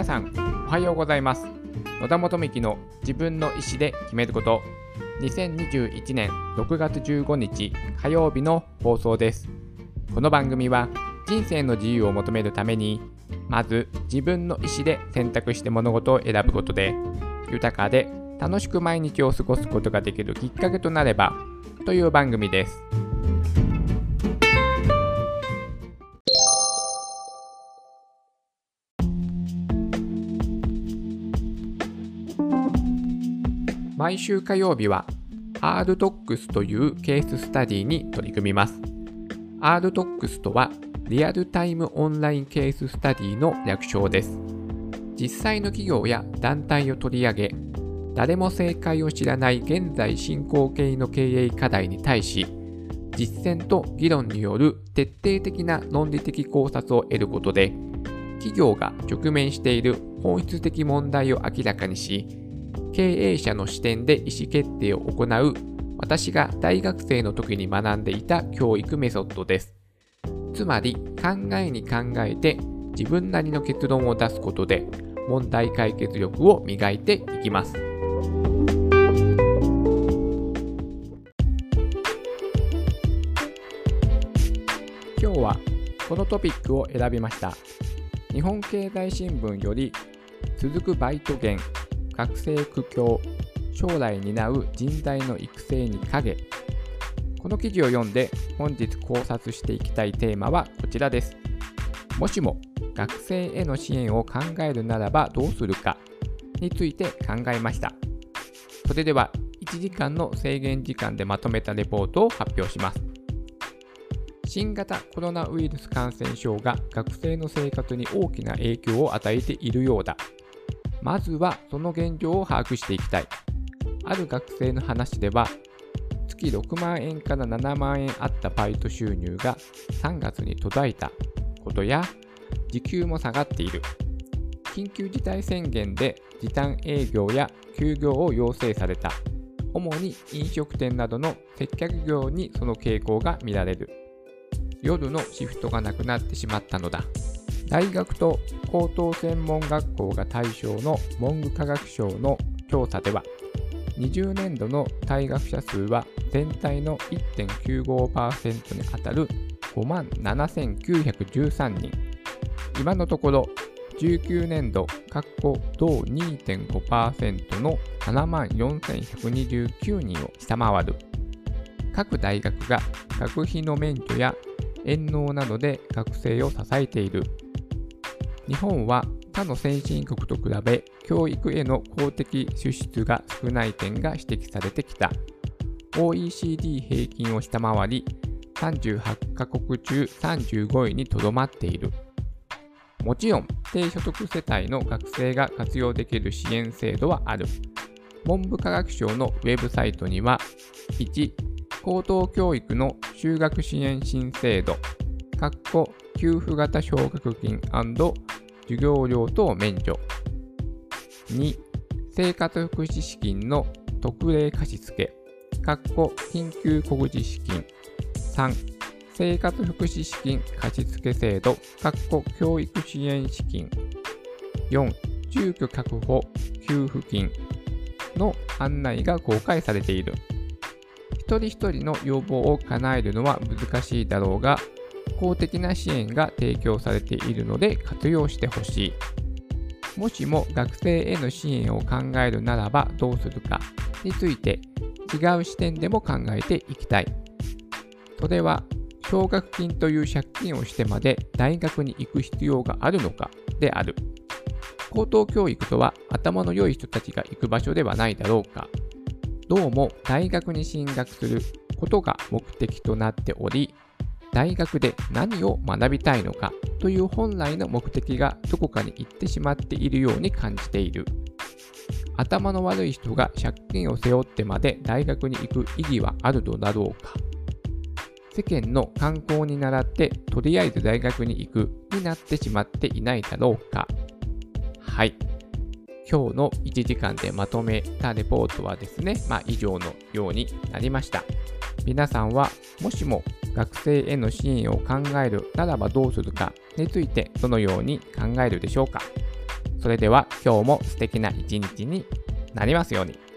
皆さんおはようございます。野田元幹の自分の意思で決めること、2021年6月15日火曜日の放送です。この番組は人生の自由を求めるために、まず自分の意思で選択して物事を選ぶことで、豊かで楽しく毎日を過ごすことができるきっかけとなればという番組です。毎週火曜日は RDocs というケーススタディに取り組みます。RDocs とはリアルタイムオンラインケーススタディの略称です。実際の企業や団体を取り上げ、誰も正解を知らない現在進行形の経営課題に対し、実践と議論による徹底的な論理的考察を得ることで、企業が直面している本質的問題を明らかにし、経営者の視点で意思決定を行う私が大学生の時に学んでいた教育メソッドです。つまり考えに考えて自分なりの結論を出すことで問題解決力を磨いていきます。今日はこのトピックを選びました。日本経済新聞より続くバイト減、学生苦境、将来担う人材の育成に影。この記事を読んで本日考察していきたいテーマはこちらです。もしも学生への支援を考えるならばどうするかについて考えました。それでは1時間の制限時間でまとめたレポートを発表します。新型コロナウイルス感染症が学生の生活に大きな影響を与えているようだ。まずはその現状を把握していきたい。ある学生の話では、月6万円から7万円あったバイト収入が3月に途絶えたことや、時給も下がっている。緊急事態宣言で時短営業や休業を要請された。主に飲食店などの接客業にその傾向が見られる。夜のシフトがなくなってしまったのだ。大学と高等専門学校が対象の文部科学省の調査では、20年度の退学者数は全体の 1.95% にあたる57,913人。今のところ、19年度同 2.5% の74,129人を下回る。各大学が学費の免除や遠納などで学生を支えている。日本は他の先進国と比べ教育への公的支出が少ない点が指摘されてきた。OECD 平均を下回り、38カ国中35位にとどまっている。もちろん、低所得世帯の学生が活用できる支援制度はある。文部科学省のウェブサイトには、1、高等教育の就学支援新制度、給付型奨学金&授業料等免除。2、生活福祉資金の特例貸付、緊急小口資金。3、生活福祉資金貸付制度、教育支援資金。4、住居確保給付金の案内が公開されている。一人一人の要望を叶えるのは難しいだろうが、公的な支援が提供されているので活用してほしい。もしも学生への支援を考えるならばどうするかについて違う視点でも考えていきたい。それは奨学金という借金をしてまで大学に行く必要があるのかである。高等教育とは頭の良い人たちが行く場所ではないだろうか。どうも大学に進学することが目的となっており、大学で何を学びたいのかという本来の目的がどこかに行ってしまっているように感じている。頭の悪い人が借金を背負ってまで大学に行く意義はあるのだろうか。世間の慣行に倣ってとりあえず大学に行くになってしまっていないだろうか。はい。今日の1時間でまとめたレポートはですね、以上のようになりました。皆さんはもしも学生への支援を考えるならばどうするかについてどのように考えるでしょうか。 それでは今日も素敵な一日になりますように。